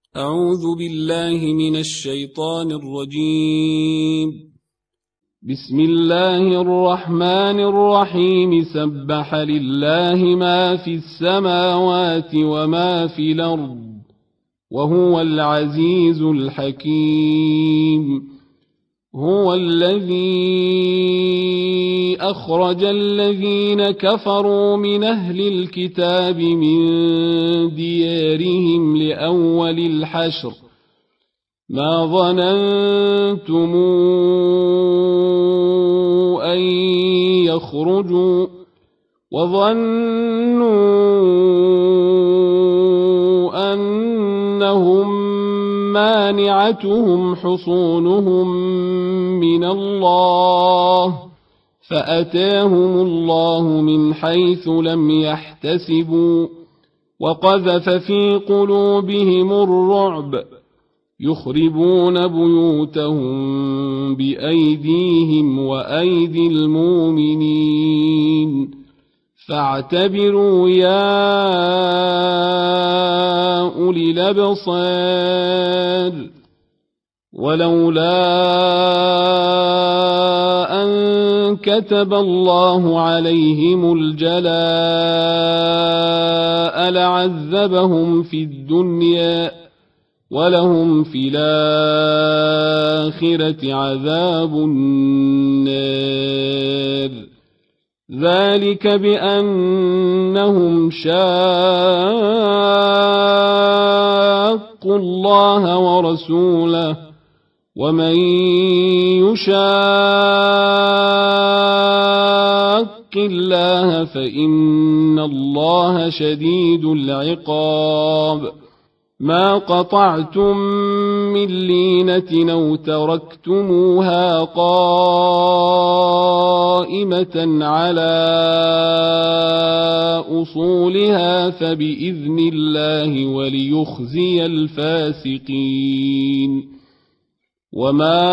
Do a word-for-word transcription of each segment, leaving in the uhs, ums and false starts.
أعوذ بالله من الشيطان الرجيم. بسم الله الرحمن الرحيم. سبح لله ما في السماوات وما في الأرض وهو العزيز الحكيم. هو الذي أخرج الذين كفروا من أهل الكتاب من ديارهم لأول الحشر ما ظننتم أن يخرجوا وظنوا أنهم مانعتهم حصونهم من الله فأتاهم الله من حيث لم يحتسبوا وقذف في قلوبهم الرعب يخربون بيوتهم بأيديهم وأيدي المؤمنين فاعتبروا يا أولي الأبصار. ولولا أن كتب الله عليهم الجلاء لعذبهم في الدنيا ولهم في الآخرة عذاب النار. ذلك بأنهم شاقوا الله ورسوله ومن يشاق الله فإن الله شديد العقاب. ما قطعتم من لينة أو تركتموها قائمة على أصولها فبإذن الله وليخزي الفاسقين. وما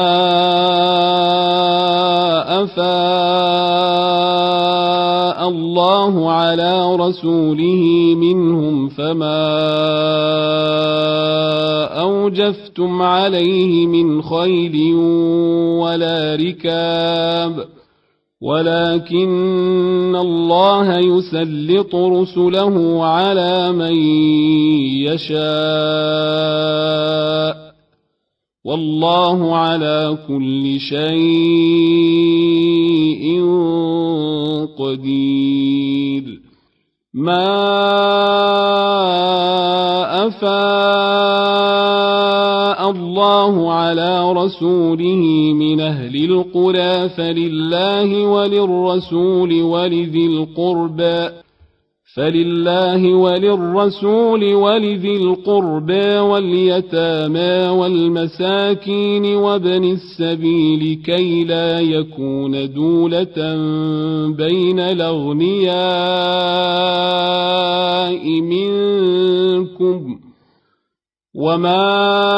أفاء الله على رسوله منهم فما أوجفتم عليه من خيل ولا ركاب ولكن الله يسلط رسله على من يشاء والله على كل شيء قدير. ما أفاء الله على رسوله من أهل القرى فلله وللرسول ولذي القربى فلله وللرسول ولذي القربى واليتامى والمساكين وابن السبيل كي لا يكون دولة بين الأغنياء منكم. وما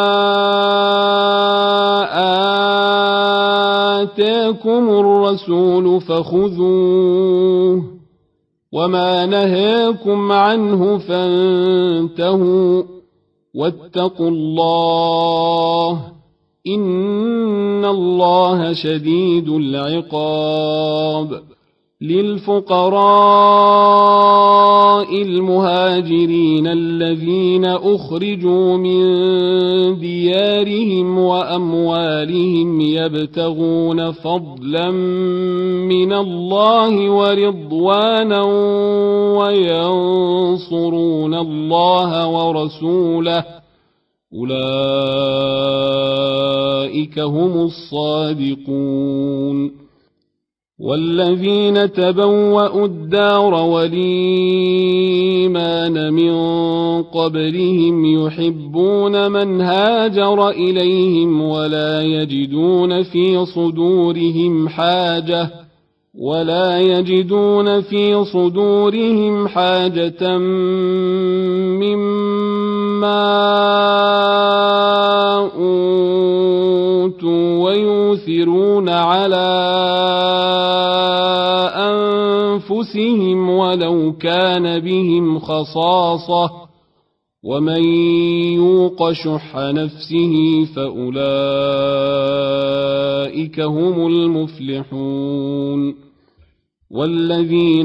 آتاكم الرسول فخذوه وما نهاكم عنه فانتهوا واتقوا الله إن الله شديد العقاب. للفقراء المهاجرين الذين أخرجوا من ديارهم وأموالهم يبتغون فضلا من الله ورضوانا وينصرون الله ورسوله أولئك هم الصادقون. والذين تبوأوا الدار والإيمان من قبلهم يحبون من هاجر إليهم ولا يجدون في صدورهم حاجة ولا يجدون في صدورهم حاجة مما أوتوا ويؤثرون على أنفسهم ولو كان بهم خصاصة ومن يوق شح نفسه فأولئك هم المفلحون والذين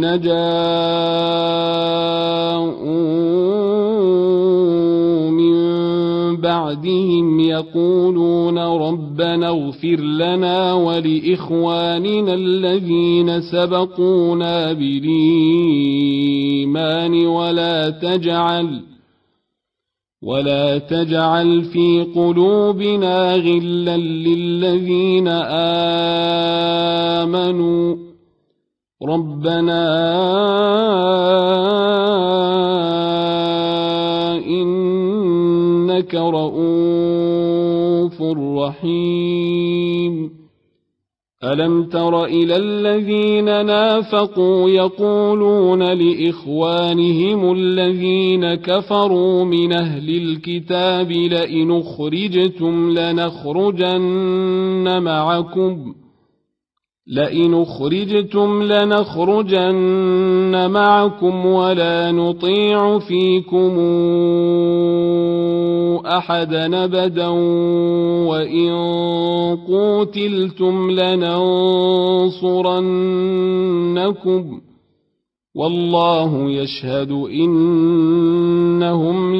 جاءوا من بعدهم يقولون ربنا اغفر لنا ولإخواننا الذين سبقونا بالإيمان ولا تجعل ولا تجعل في قلوبنا غلا للذين آمنوا ربنا إنك رؤوف رحيم ألم تر إلى الذين نافقوا يقولون لإخوانهم الذين كفروا من أهل الكتاب لئن أخرجتم لنخرجن معكم لئن أخرجتم لنخرجن معكم ولا نطيع فيكم أحدا أبدا وإن قوتلتم لننصرنكم والله يشهد إنهم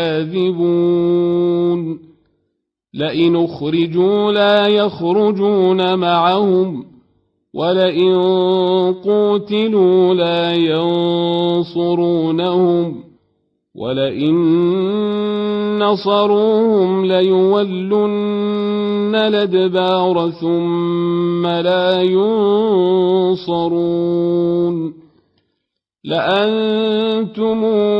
لكاذبون لئن أخرجوا لا يخرجون معهم ولئن قوتلوا لا ينصرونهم ولئن نصروهم ليولن الأدبار ثم لا ينصرون لأنتم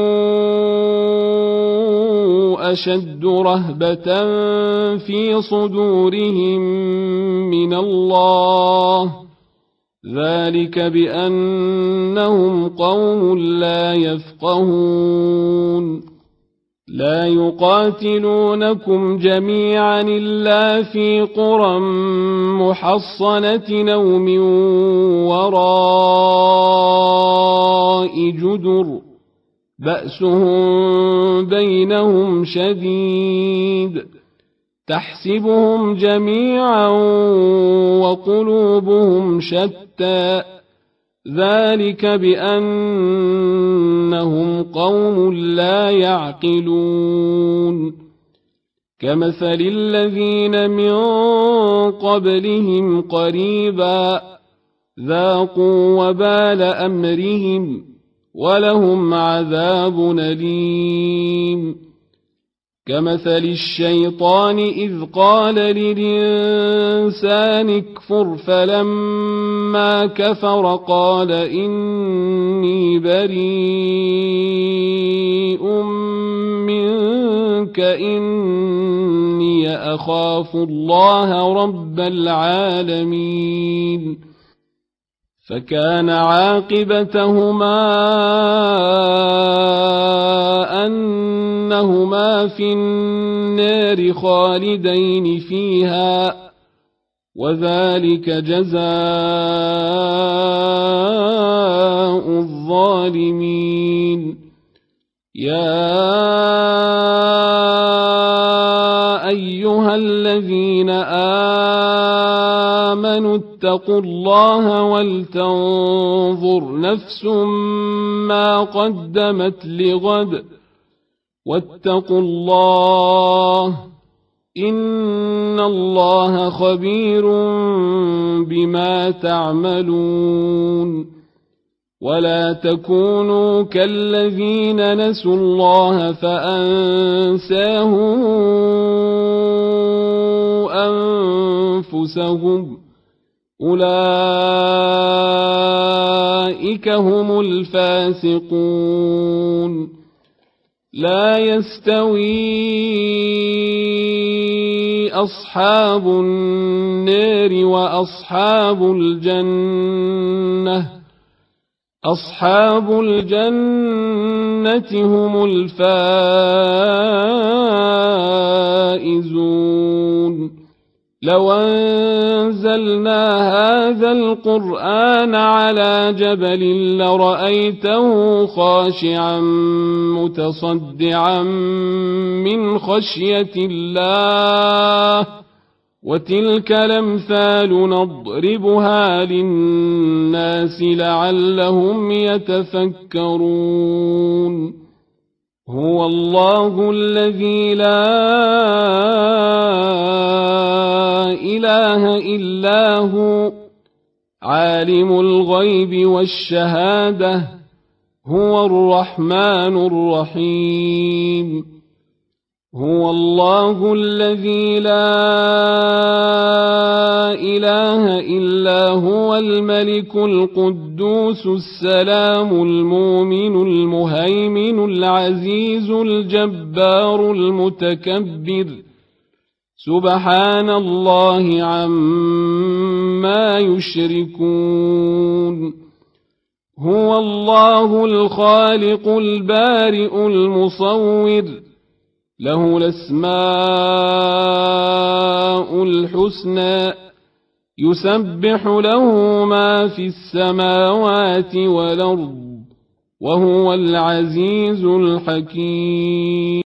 أشد رهبة في صدورهم من الله ذلك بأنهم قوم لا يفقهون لا يقاتلونكم جميعا إلا في قرى محصنة أو من وراء جدر بأسهم بينهم شديد تحسبهم جميعا وقلوبهم شتى ذلك بأنهم قوم لا يعقلون كمثل الذين من قبلهم قريبا ذاقوا وبال أمرهم ولهم عذاب أليم كمثل الشيطان إذ قال للإنسان اكفر فلما كفر قال إني بريء منك إني أخاف الله رب العالمين فكان عاقبتهما أنهما في النار خالدين فيها وذلك جزاء الظالمين يا أيها الذين آمنوا اتقوا الله ولتنظر نفس ما قدمت لغد واتقوا الله إن الله خبير بما تعملون ولا تكونوا كالذين نسوا الله فأنساهم أنفسهم أولئك هم الفاسقون لا يستوي أصحاب النار وأصحاب الجنة أصحاب الجنة هم الفائزون لو أنزلنا هذا القرآن على جبل لرأيته خاشعا متصدعا من خشية الله وتلك الأمثال نضربها للناس لعلهم يتفكرون هو الله الذي لا إله إلا هو عالم الغيب والشهادة هو الرحمن الرحيم هو الله الذي لا إله إلا هو الملك القدوس السلام المؤمن المهيمن العزيز الجبار المتكبر سبحان الله عما يشركون هو الله الخالق البارئ المصور له الأسماء الحسنى يسبح له ما في السماوات والأرض وهو العزيز الحكيم